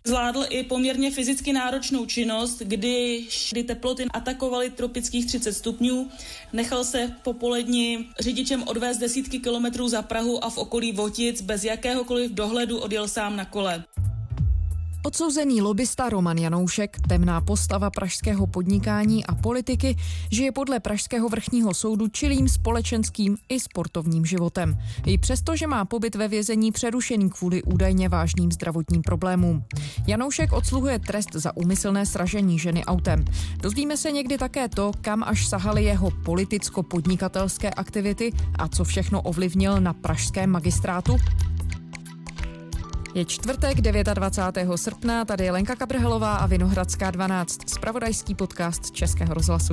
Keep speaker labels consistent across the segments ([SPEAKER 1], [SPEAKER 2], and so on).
[SPEAKER 1] Zvládl i poměrně fyzicky náročnou činnost, kdy teploty atakovaly tropických 30 stupňů. Nechal se po poledni řidičem odvést desítky kilometrů za Prahu a v okolí Votic bez jakéhokoliv dohledu odjel sám na kole.
[SPEAKER 2] Odsouzený lobista Roman Janoušek, temná postava pražského podnikání a politiky, žije podle pražského vrchního soudu čilým společenským i sportovním životem. I přesto, že má pobyt ve vězení přerušený kvůli údajně vážným zdravotním problémům. Janoušek odsluhuje trest za úmyslné sražení ženy autem. Dozvíme se někdy také to, kam až sahaly jeho politicko-podnikatelské aktivity a co všechno ovlivnil na pražském magistrátu. Je čtvrtek 29. srpna, tady je Lenka Kabrhelová a Vinohradská 12, zpravodajský podcast Českého rozhlasu.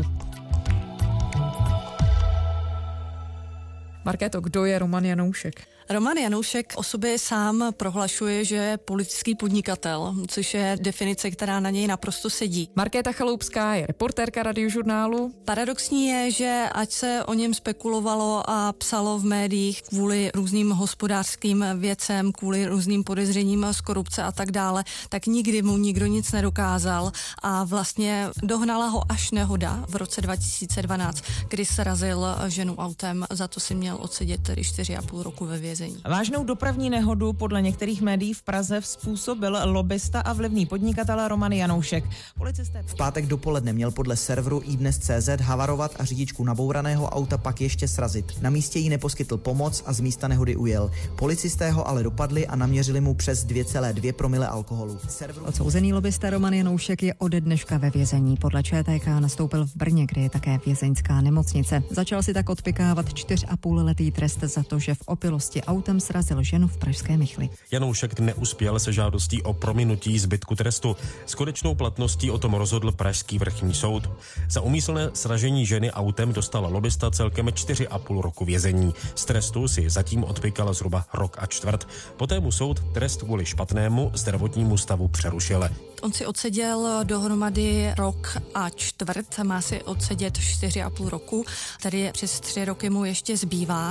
[SPEAKER 2] Markéto, kdo je Roman Janoušek?
[SPEAKER 3] Roman Janoušek o sobě sám prohlašuje, že je politický podnikatel, což je definice, která na něj naprosto sedí.
[SPEAKER 2] Markéta Chaloupská je reportérka Radiožurnálu.
[SPEAKER 3] Paradoxní je, že ať se o něm spekulovalo a psalo v médiích kvůli různým hospodářským věcem, kvůli různým podezřením z korupce a tak dále, tak nikdy mu nikdo nic nedokázal a vlastně dohnala ho až nehoda v roce 2012, kdy srazil ženu autem, za to si měl odsedět tedy 4,5 roku ve vězení.
[SPEAKER 4] Vážnou dopravní nehodu podle některých médií v Praze způsobil lobista a vlivný podnikatel Roman Janoušek.
[SPEAKER 5] V pátek dopoledne měl podle serveru iDnes.cz havarovat a řidičku nabouraného auta pak ještě srazit. Na místě jí neposkytl pomoc a z místa nehody ujel. Policisté ho ale dopadli a naměřili mu přes 2,2 promile alkoholu.
[SPEAKER 6] Odsouzený lobista Roman Janoušek je ode dneška ve vězení. Podle ČTK nastoupil v Brně, kde je také vězeňská nemocnice. Začal si tak odpikávat 4,5letý trest za to, že v opilosti autem srazil ženu v pražské Michli.
[SPEAKER 7] Janoušek neuspěl se žádostí o prominutí zbytku trestu. S konečnou platností o tom rozhodl pražský vrchní soud. Za úmyslné sražení ženy autem dostal lobista celkem 4,5 roku vězení. Z trestu si zatím odpykal zhruba rok a čtvrt. Poté mu soud trest kvůli špatnému zdravotnímu stavu přerušil.
[SPEAKER 3] On si odseděl dohromady rok a čtvrt, má si odsedět 4,5 roku, tedy přes 3 roky mu ještě zbývá.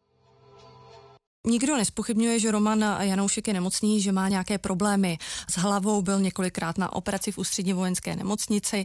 [SPEAKER 3] Nikdo nezpochybňuje, že Roman Janoušek je nemocný, že má nějaké problémy s hlavou, byl několikrát na operaci v ústřední vojenské nemocnici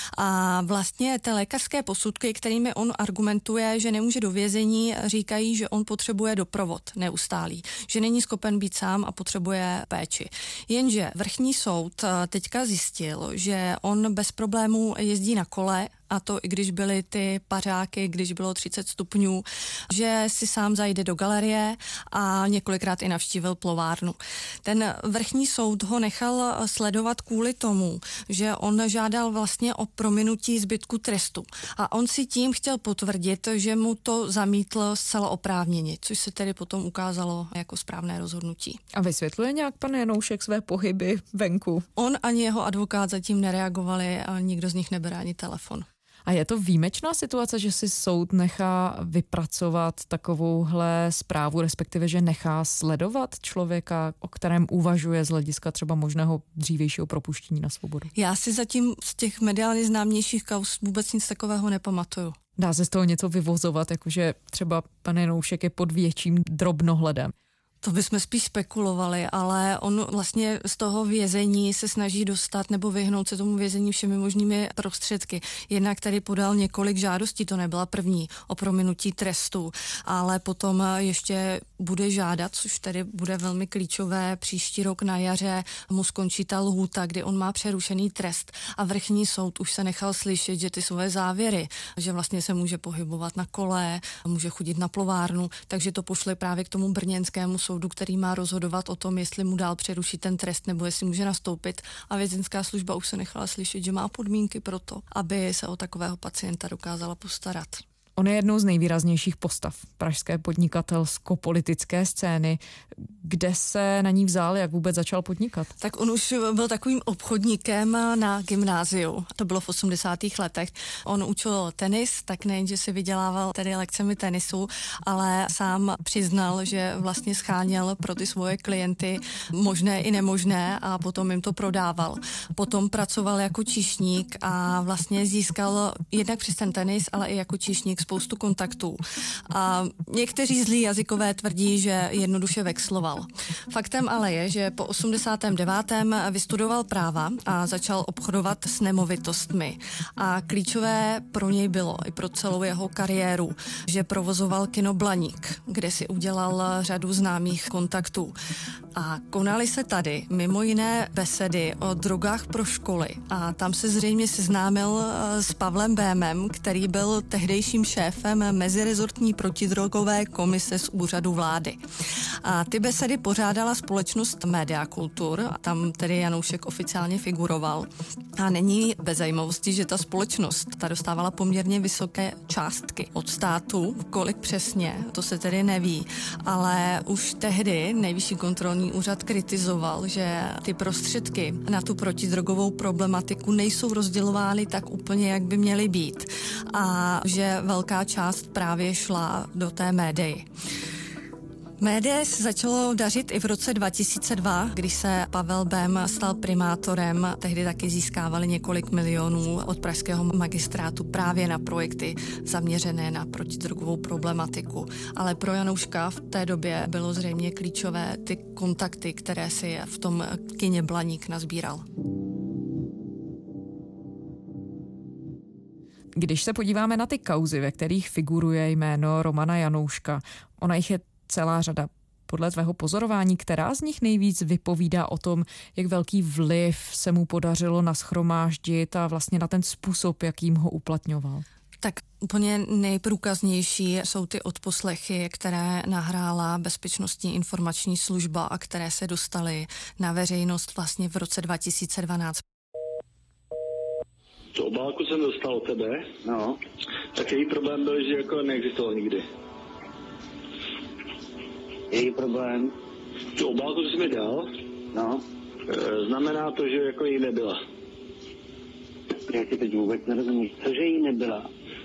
[SPEAKER 3] a vlastně ty lékařské posudky, kterými on argumentuje, že nemůže do vězení, říkají, že on potřebuje doprovod neustálý, že není schopen být sám a potřebuje péči. Jenže vrchní soud teďka zjistil, že on bez problémů jezdí na kole, a to i když byly ty pařáky, když bylo 30 stupňů, že si sám zajde do galerie a několikrát i navštívil plovárnu. Ten vrchní soud ho nechal sledovat kvůli tomu, že on žádal vlastně o prominutí zbytku trestu. A on si tím chtěl potvrdit, že mu to zamítl zcela oprávněně, což se tedy potom ukázalo jako správné rozhodnutí.
[SPEAKER 2] A vysvětluje nějak pan Janoušek své pohyby venku?
[SPEAKER 3] On ani jeho advokát zatím nereagovali a nikdo z nich nebere ani telefon.
[SPEAKER 2] A je to výjimečná situace, že si soud nechá vypracovat takovouhle zprávu, respektive, že nechá sledovat člověka, o kterém uvažuje z hlediska třeba možného dřívějšího propuštění na svobodu?
[SPEAKER 3] Já si zatím z těch mediálně známějších kauz vůbec nic takového nepamatuju.
[SPEAKER 2] Dá se z toho něco vyvozovat, jakože třeba pan Janoušek je pod větším drobnohledem?
[SPEAKER 3] To bychom spíš spekulovali, ale on vlastně z toho vězení se snaží dostat nebo vyhnout se tomu vězení všemi možnými prostředky. Jednak tady podal několik žádostí, to nebyla první, o prominutí trestu, ale potom ještě bude žádat, což tedy bude velmi klíčové, příští rok na jaře mu skončí ta lhůta, kdy on má přerušený trest a vrchní soud už se nechal slyšet, že ty svoje závěry, že vlastně se může pohybovat na kole, může chodit na plovárnu, takže to pošle právě k tomu brněnskému soudu, který má rozhodovat o tom, jestli mu dál přerušit ten trest nebo jestli může nastoupit. A vězeňská služba už se nechala slyšet, že má podmínky pro to, aby se o takového pacienta dokázala postarat.
[SPEAKER 2] On je jednou z nejvýraznějších postav pražské podnikatelsko-politické scény. Kde se na ní vzal, jak vůbec začal podnikat?
[SPEAKER 3] Tak on už byl takovým obchodníkem na gymnáziu. To bylo v 80. letech. On učil tenis, tak nejen, že si vydělával tedy lekcemi tenisu, ale sám přiznal, že vlastně scháněl pro ty svoje klienty možné i nemožné a potom jim to prodával. Potom pracoval jako číšník a vlastně získal jednak přes ten tenis, ale i jako číšník spoustu kontaktů. A někteří zlí jazykové tvrdí, že jednoduše vexloval. Faktem ale je, že po 89. vystudoval práva a začal obchodovat s nemovitostmi. A klíčové pro něj bylo i pro celou jeho kariéru, že provozoval kino Blaník, kde si udělal řadu známých kontaktů. A konaly se tady mimo jiné besedy o drogách pro školy. A tam se zřejmě seznámil s Pavlem Bémem, který byl tehdejším šéfem mezirezortní protidrogové komise z úřadu vlády. A ty besedy pořádala společnost Media Kultur, a tam tedy Janoušek oficiálně figuroval. A není bez zajímavosti, že ta společnost ta dostávala poměrně vysoké částky od státu, kolik přesně, to se tedy neví, ale už tehdy Nejvyšší kontrolní úřad kritizoval, že ty prostředky na tu protidrogovou problematiku nejsou rozdělovány tak úplně, jak by měly být a že velká část právě šla do té médii. Médie se začalo dařit i v roce 2002, když se Pavel Bém stal primátorem. Tehdy taky získávali několik milionů od pražského magistrátu právě na projekty zaměřené na protidrogovou problematiku. Ale pro Janouška v té době bylo zřejmě klíčové ty kontakty, které si v tom kině Blaník nazbíral.
[SPEAKER 2] Když se podíváme na ty kauzy, ve kterých figuruje jméno Romana Janouška, ona jich je celá řada. Podle tvého pozorování, která z nich nejvíc vypovídá o tom, jak velký vliv se mu podařilo nashromáždit a vlastně na ten způsob, jakým ho uplatňoval?
[SPEAKER 3] Tak úplně nejprůkaznější jsou ty odposlechy, které nahrála Bezpečnostní informační služba a které se dostaly na veřejnost vlastně v roce 2012.
[SPEAKER 8] Tu obálku jsem dostal od tebe, no. Tak její problém byl, že jako neexistoval nikdy.
[SPEAKER 9] Její problém?
[SPEAKER 8] Tu obálku, co jsi mi dal,
[SPEAKER 9] no.
[SPEAKER 8] Znamená to, že jako jí nebyla.
[SPEAKER 9] Já ti teď vůbec nerozumím, cože jí nebyla?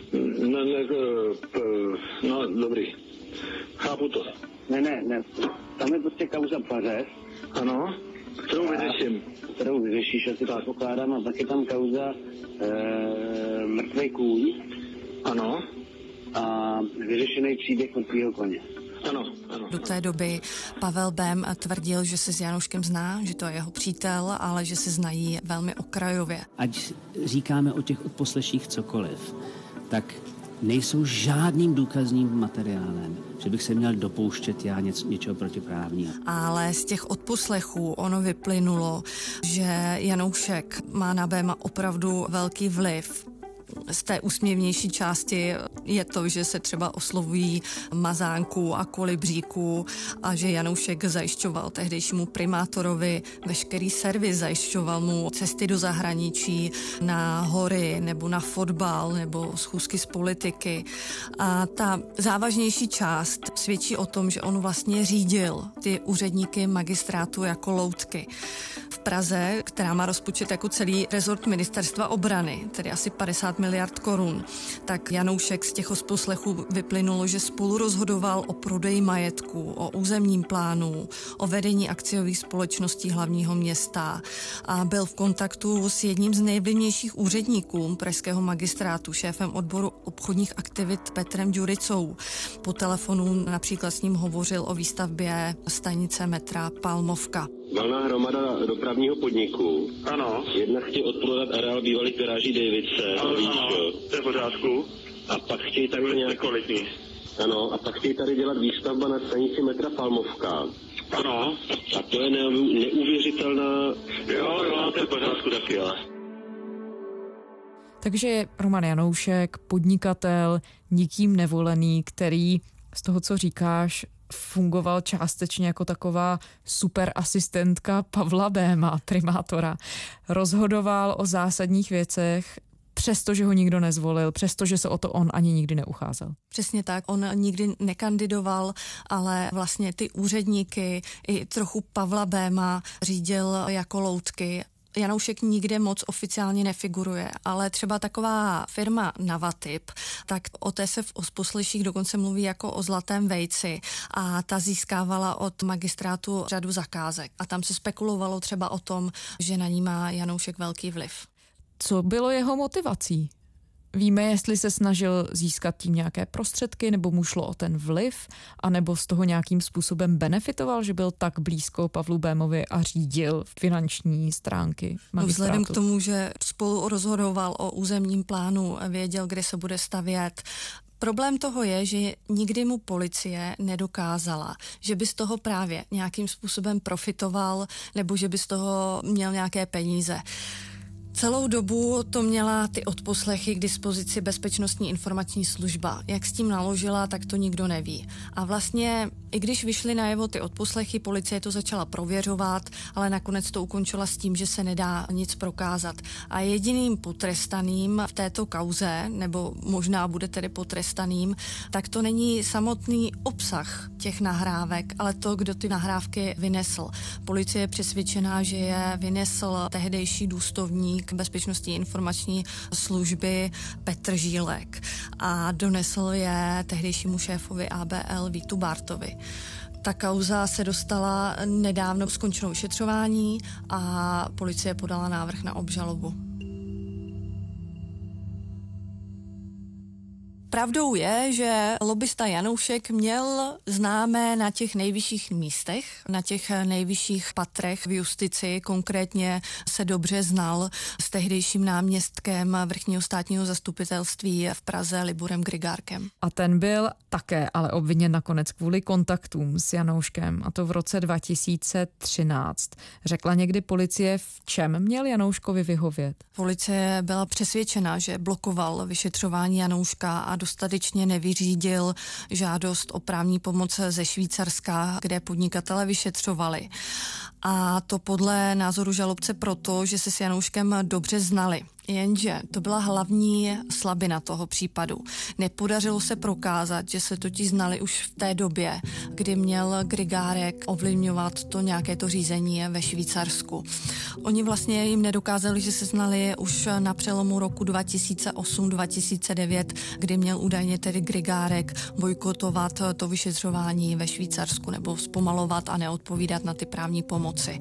[SPEAKER 8] No, dobrý. Chápu to.
[SPEAKER 9] Ne. Tam je prostě kauza Pařez.
[SPEAKER 8] Ano, kterou vyřeším.
[SPEAKER 9] Kterou vyřešíš, asi tak pokládám, a pak je tam kauza mrtvej kůň.
[SPEAKER 8] Ano.
[SPEAKER 9] A vyřešený příběh od tvýho koně.
[SPEAKER 8] Ano.
[SPEAKER 3] Do té doby Pavel Bém tvrdil, že se s Janouškem zná, že to je jeho přítel, ale že se znají velmi okrajově.
[SPEAKER 10] Ať říkáme o těch odposleších cokoliv, tak nejsou žádným důkazním materiálem, že bych se měl dopouštět já něčeho protiprávního.
[SPEAKER 3] Ale z těch odposlechů ono vyplynulo, že Janoušek má na Béma opravdu velký vliv. Z té úsměvnější části je to, že se třeba oslovují Mazánku a Kolibříku a že Janoušek zajišťoval tehdejšímu primátorovi veškerý servis, zajišťoval mu cesty do zahraničí, na hory nebo na fotbal nebo schůzky z politiky. A ta závažnější část svědčí o tom, že on vlastně řídil ty úředníky magistrátu jako loutky. V Praze, která má rozpočet jako celý rezort ministerstva obrany, tedy asi 50 miliard korun, tak Janoušek z těch odposlechů vyplynulo, že spolu rozhodoval o prodeji majetku, o územním plánu, o vedení akciových společností hlavního města a byl v kontaktu s jedním z nejvlivnějších úředníků pražského magistrátu, šéfem odboru obchodních aktivit Petrem Ďuricou. Po telefonu například s ním hovořil o výstavbě stanice metra Palmovka.
[SPEAKER 8] Valná hromada dopravního podniku. Ano. Jedna chtějí odprodat areál bývalých garáží Davidse. Ano, to je v pořádku. A pak chtějí tady nějak kvalitní. Ano, a pak chtějí tady dělat výstavba na stanici metra Palmovka. Ano. A to je neuvěřitelná... Jo, to je v pořádku taky, ale...
[SPEAKER 2] Takže Roman Janoušek, podnikatel, nikým nevolený, který z toho, co říkáš, fungoval částečně jako taková super asistentka Pavla Béma, primátora. Rozhodoval o zásadních věcech, přestože ho nikdo nezvolil, přestože se o to on ani nikdy neucházel.
[SPEAKER 3] Přesně tak, on nikdy nekandidoval, ale vlastně ty úředníky i trochu Pavla Béma řídil jako loutky. Janoušek nikde moc oficiálně nefiguruje, ale třeba taková firma Navatyp, tak o té se v odposleších dokonce mluví jako o zlatém vejci a ta získávala od magistrátu řadu zakázek. A tam se spekulovalo třeba o tom, že na ní má Janoušek velký vliv.
[SPEAKER 2] Co bylo jeho motivací? Víme, jestli se snažil získat tím nějaké prostředky, nebo mu šlo o ten vliv, anebo z toho nějakým způsobem benefitoval, že byl tak blízko Pavlu Bémovi a řídil finanční stránky magistrátu?
[SPEAKER 3] Vzhledem k tomu, že spolu rozhodoval o územním plánu, věděl, kde se bude stavět. Problém toho je, že nikdy mu policie nedokázala, že by z toho právě nějakým způsobem profitoval nebo že by z toho měl nějaké peníze. Celou dobu to měla ty odposlechy k dispozici Bezpečnostní informační služba. Jak s tím naložila, tak to nikdo neví. A vlastně, i když vyšly najevo ty odposlechy, policie to začala prověřovat, ale nakonec to ukončila s tím, že se nedá nic prokázat. A jediným potrestaným v této kauze, nebo možná bude tedy potrestaným, tak to není samotný obsah těch nahrávek, ale to, kdo ty nahrávky vynesl. Policie je přesvědčená, že je vynesl tehdejší důstojník Bezpečnostní informační služby Petr Žílek a donesl je tehdejšímu šéfovi ABL Vítu Bártovi. Ta kauza se dostala nedávno skončenou vyšetřování a policie podala návrh na obžalobu. Pravdou je, že lobista Janoušek měl známé na těch nejvyšších místech, na těch nejvyšších patrech v justici. Konkrétně se dobře znal s tehdejším náměstkem Vrchního státního zastupitelství v Praze Liborem Grigárkem.
[SPEAKER 2] A ten byl také ale obviněn nakonec kvůli kontaktům s Janouškem, a to v roce 2013. Řekla někdy policie, v čem měl Janouškovi vyhovět?
[SPEAKER 3] Policie byla přesvědčena, že blokoval vyšetřování Janouška a dostatečně nevyřídil žádost o právní pomoc ze Švýcarska, kde podnikatele vyšetřovali. A to podle názoru žalobce proto, že se s Janouškem dobře znali. Jenže to byla hlavní slabina toho případu. Nepodařilo se prokázat, že se totiž znali už v té době, kdy měl Grigárek ovlivňovat to nějaké to řízení ve Švýcarsku. Oni vlastně jim nedokázali, že se znali už na přelomu roku 2008-2009, kdy měl údajně tedy Grigárek bojkotovat to vyšetřování ve Švýcarsku nebo zpomalovat a neodpovídat na ty právní pomoci.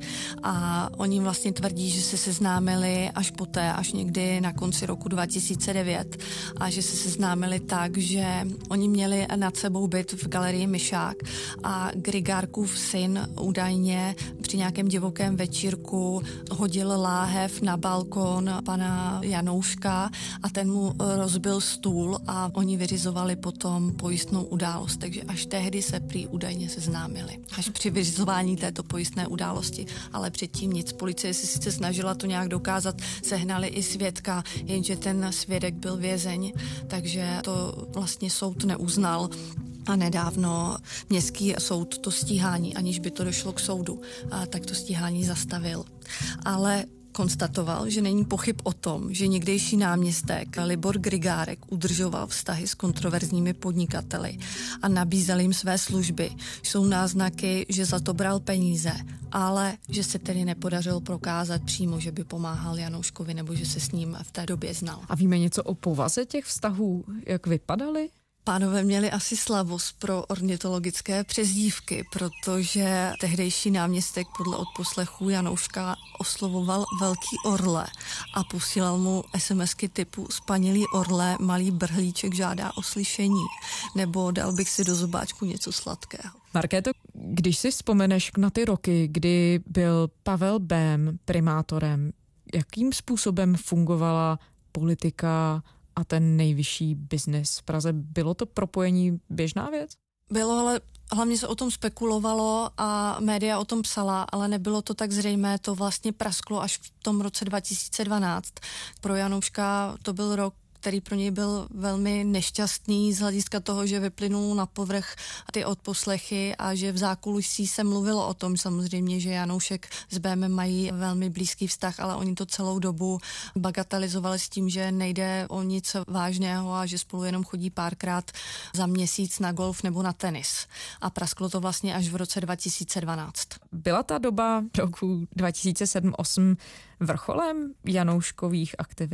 [SPEAKER 3] A oni vlastně tvrdí, že se seznámili až poté, až někdy na konci roku 2009 a že se seznámili tak, že oni měli nad sebou byt v galerii Myšák a Grigárkův syn údajně při nějakém divokém večírku hodil láhev na balkon pana Janouška a ten mu rozbil stůl a oni vyřizovali potom pojistnou událost, takže až tehdy se prý údajně seznámili. Až při vyřizování této pojistné události, ale předtím nic. Policie se sice snažila to nějak dokázat, sehnali i svědka, jenže ten svědek byl vězeň, takže to vlastně soud neuznal. A nedávno městský soud to stíhání, aniž by to došlo k soudu, tak to stíhání zastavil. Ale konstatoval, že není pochyb o tom, že někdejší náměstek Libor Grigárek udržoval vztahy s kontroverzními podnikateli a nabízel jim své služby. Jsou náznaky, že za to bral peníze, ale že se tedy nepodařilo prokázat přímo, že by pomáhal Janouškovi nebo že se s ním v té době znal.
[SPEAKER 2] A víme něco o povaze těch vztahů, jak vypadaly?
[SPEAKER 3] Pánové měli asi slavost pro ornitologické přezdívky, protože tehdejší náměstek podle odposlechů Janouška oslovoval velký orle a posílal mu SMSky typu spanilý orle, malý brhlíček žádá o slyšení, nebo dal bych si do zobáčku něco sladkého.
[SPEAKER 2] Markéto, když si vzpomeneš na ty roky, kdy byl Pavel Bém primátorem, jakým způsobem fungovala politika a ten nejvyšší biznis v Praze? Bylo to propojení běžná věc?
[SPEAKER 3] Bylo, ale hlavně se o tom spekulovalo a média o tom psala, ale nebylo to tak zřejmé, to vlastně prasklo až v tom roce 2012. Pro Janouška to byl rok, který pro něj byl velmi nešťastný z hlediska toho, že vyplynul na povrch ty odposlechy a že v zákulisí se mluvilo o tom samozřejmě, že Janoušek s Bémem mají velmi blízký vztah, ale oni to celou dobu bagatelizovali s tím, že nejde o nic vážného a že spolu jenom chodí párkrát za měsíc na golf nebo na tenis. A prasklo to vlastně až v roce 2012.
[SPEAKER 2] Byla ta doba roku 2007-2008 vrcholem Janouškových aktivit?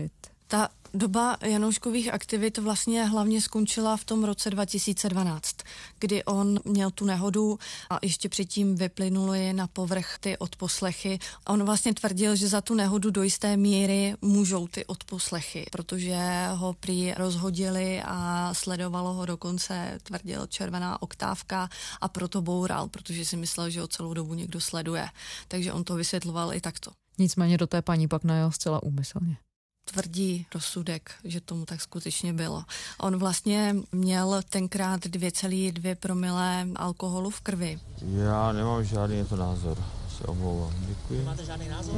[SPEAKER 3] Ta doba Janouškových aktivit vlastně hlavně skončila v tom roce 2012, kdy on měl tu nehodu a ještě předtím vyplynuly na povrch ty odposlechy. On vlastně tvrdil, že za tu nehodu do jisté míry můžou ty odposlechy, protože ho prý rozhodili a sledovalo ho dokonce, tvrdil, červená oktávka a proto boural, protože si myslel, že ho celou dobu někdo sleduje. Takže on to vysvětloval i takto.
[SPEAKER 2] Nicméně do té paní pak najel zcela úmyslně.
[SPEAKER 3] Tvrdí rozsudek, že tomu tak skutečně bylo. On vlastně měl tenkrát 2,2 promile alkoholu v krvi.
[SPEAKER 11] Já nemám žádný to názor, se omlouvám. Děkuji.
[SPEAKER 12] Nemáte žádný názor?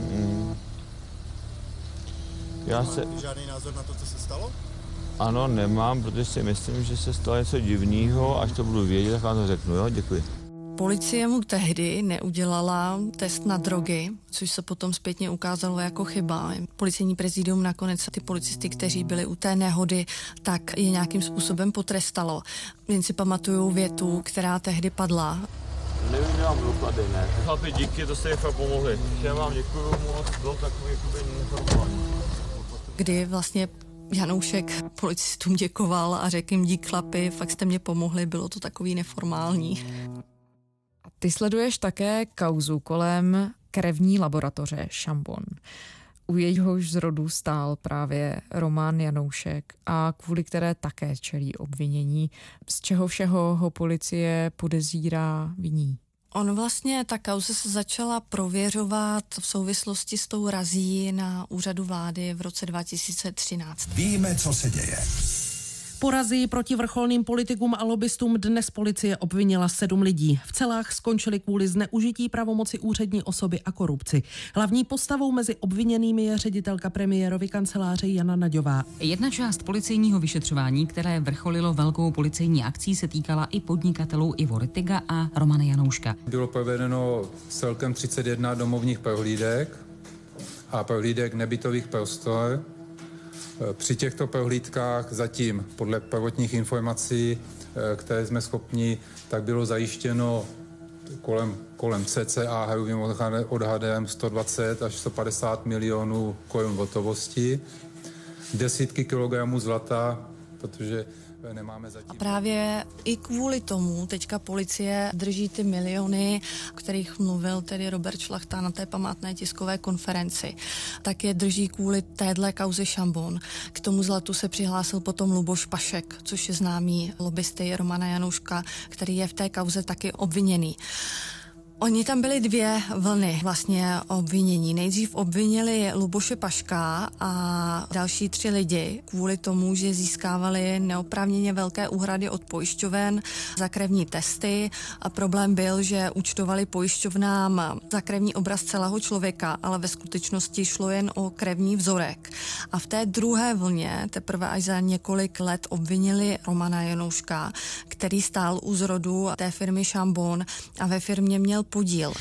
[SPEAKER 12] Žádný názor na to, co se stalo?
[SPEAKER 11] Ano, nemám, protože si myslím, že se stalo něco divného, až to budu vědět, tak vám to řeknu, jo? Děkuji.
[SPEAKER 3] Policie mu tehdy neudělala test na drogy, což se potom zpětně ukázalo jako chyba. Policejní prezidium nakonec ty policisty, kteří byli u té nehody, tak je nějakým způsobem potrestalo. Jen si pamatuju větu, která tehdy padla.
[SPEAKER 11] Nevím, že mám doklady, ne? Chlapi, díky, to jste mi fakt pomohli. Já vám děkuju moc, byl takový jakoby neformální.
[SPEAKER 3] Kdy vlastně Janoušek policistům děkoval a řekl jim dík chlapi, fakt jste mě pomohli, bylo to takový neformální.
[SPEAKER 2] Ty sleduješ také kauzu kolem krevní laboratoře Chambon. U jejíhož zrodu stál právě Roman Janoušek a kvůli které také čelí obvinění, z čeho všeho ho policie podezírá, viní.
[SPEAKER 3] On vlastně, ta kauza se začala prověřovat v souvislosti s tou razí na úřadu vlády v roce 2013.
[SPEAKER 13] Víme, co se děje.
[SPEAKER 14] Po razii proti vrcholným politikům a lobbystům dnes policie obvinila 7 lidí. V celách skončili kvůli zneužití pravomoci úřední osoby a korupci. Hlavní postavou mezi obviněnými je ředitelka premiérovy kanceláře Jana Naďová.
[SPEAKER 15] Jedna část policejního vyšetřování, které vrcholilo velkou policejní akcí, se týkala i podnikatelů Ivo Rittiga a Romana Janouška.
[SPEAKER 16] Bylo provedeno celkem 31 domovních prohlídek a prohlídek nebytových prostor. Při těchto prohlídkách zatím, podle prvotních informací, které jsme schopni, tak bylo zajištěno kolem cca hrubým odhadem 120 až 150 milionů korun hotovosti, desítky kilogramů zlata, protože nemáme zatím.
[SPEAKER 3] A právě i kvůli tomu teďka policie drží ty miliony, o kterých mluvil tedy Robert Šlachta na té památné tiskové konferenci. Tak je drží kvůli téhle kauze Chambon. K tomu zlatu se přihlásil potom Luboš Pašek, což je známý lobbysty Romana Janouška, který je v té kauze taky obviněný. Oni tam byly 2 vlny vlastně obvinění. Nejdřív obvinili Luboše Paška a další 3 lidi kvůli tomu, že získávali neoprávněně velké úhrady od pojišťoven za krevní testy. A problém byl, že účtovali pojišťovnám za krevní obraz celého člověka, ale ve skutečnosti šlo jen o krevní vzorek. A v té druhé vlně teprve až za několik let obvinili Romana Janouška, který stál u zrodu té firmy Chambon a ve firmě měl podíl.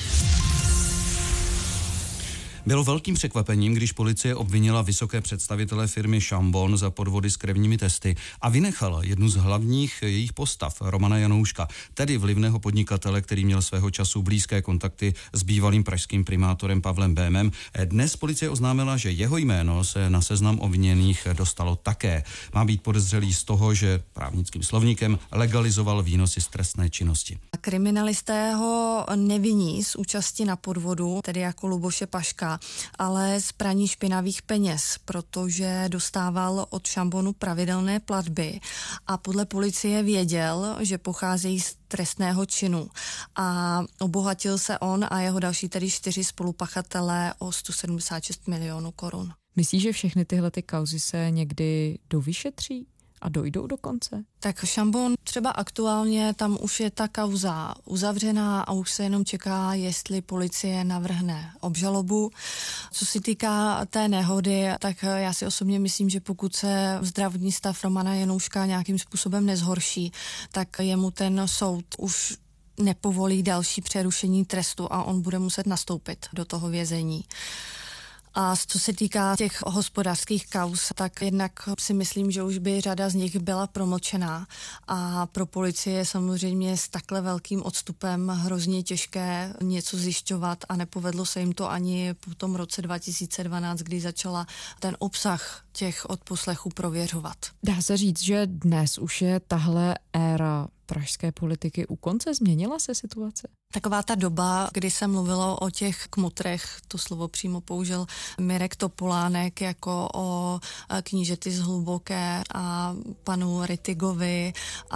[SPEAKER 17] Bylo velkým překvapením, když policie obvinila vysoké představitele firmy Chambon za podvody s krevními testy a vynechala jednu z hlavních jejich postav, Romana Janouška, tedy vlivného podnikatele, který měl svého času blízké kontakty s bývalým pražským primátorem Pavlem Bémem. Dnes policie oznámila, že jeho jméno se na seznam obviněných dostalo také. Má být podezřelý z toho, že právnickým slovníkem legalizoval výnosy z trestné činnosti.
[SPEAKER 3] Kriminalisté ho neviní z účasti na podvodu, tedy jako Luboše Paška, ale z praní špinavých peněz, protože dostával od Chambonu pravidelné platby a podle policie věděl, že pocházejí z trestného činu a obohatil se on a jeho další tedy 4 spolupachatelé o 176 milionů korun.
[SPEAKER 2] Myslíš, že všechny tyhle ty kauzy se někdy dovyšetří a dojdou do konce?
[SPEAKER 3] Tak Chambon třeba aktuálně, tam už je ta kauza uzavřená a už se jenom čeká, jestli policie navrhne obžalobu. Co se týká té nehody, tak já si osobně myslím, že pokud se zdravotní stav Romana Janouška nějakým způsobem nezhorší, tak jemu ten soud už nepovolí další přerušení trestu a on bude muset nastoupit do toho vězení. A co se týká těch hospodářských kauz, tak jednak si myslím, že už by řada z nich byla promlčená a pro policii je samozřejmě s takhle velkým odstupem hrozně těžké něco zjišťovat a nepovedlo se jim to ani po tom roce 2012, kdy začala ten obsah těch odposlechů prověřovat.
[SPEAKER 2] Dá se říct, že dnes už je tahle éra pražské politiky u konce? Změnila se situace?
[SPEAKER 3] Taková ta doba, kdy se mluvilo o těch kmotrech, to slovo přímo použil Mirek Topolánek jako o knížeti z Hluboké a panu Rittigovi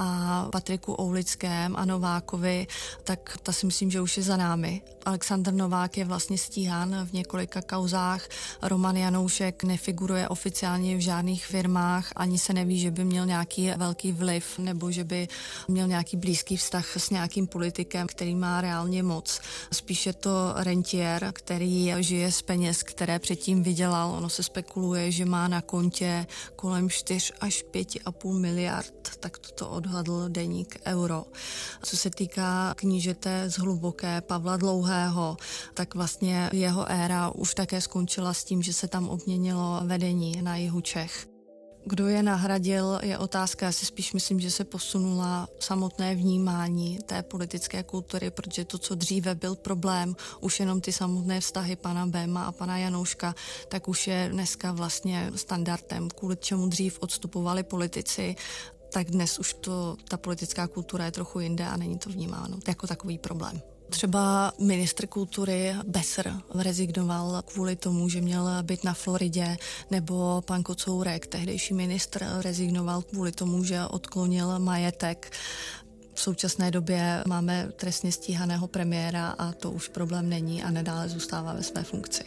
[SPEAKER 3] a Patriku Oulickém a Novákovi, tak ta si myslím, že už je za námi. Alexandr Novák je vlastně stíhán v několika kauzách, Roman Janoušek nefiguruje oficiálně v žádných firmách, ani se neví, že by měl nějaký velký vliv nebo že by měl nějaký blízký vztah s nějakým politikem, který má reálně moc. Spíše to rentier, který žije z peněz, které předtím vydělal. Ono se spekuluje, že má na kontě kolem 4 až 5,5 miliard, tak toto odhadl deník Euro. Co se týká knížete z Hluboké Pavla Dlouhého, tak vlastně jeho éra už také skončila s tím, že se tam obměnilo vedení na jihu Čech. Kdo je nahradil, je otázka. Já si spíš myslím, že se posunula samotné vnímání té politické kultury, protože to, co dříve byl problém, už jenom ty samotné vztahy pana Béma a pana Janouška, tak už je dneska vlastně standardem, kvůli čemu dřív odstupovali politici, tak dnes už ta politická kultura je trochu jinde a není to vnímáno jako takový problém. Třeba ministr kultury Besser rezignoval kvůli tomu, že měl být na Floridě, nebo pan Kocourek, tehdejší ministr, rezignoval kvůli tomu, že odklonil majetek. V současné době máme trestně stíhaného premiéra a to už problém není a nadále zůstává ve své funkci.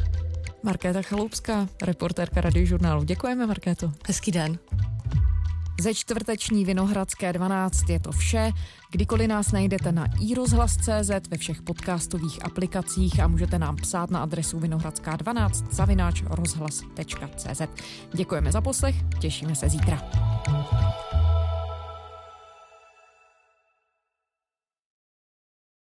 [SPEAKER 2] Markéta Chaloupská, reportérka Radiožurnálu. Děkujeme, Markéto.
[SPEAKER 3] Hezký den.
[SPEAKER 2] Ze čtvrteční Vinohradské 12 je to vše. Kdykoliv nás najdete na iRozhlas.cz, ve všech podcastových aplikacích a můžete nám psát na adresu vinohradská12 @rozhlas.cz. Děkujeme za poslech, těšíme se zítra.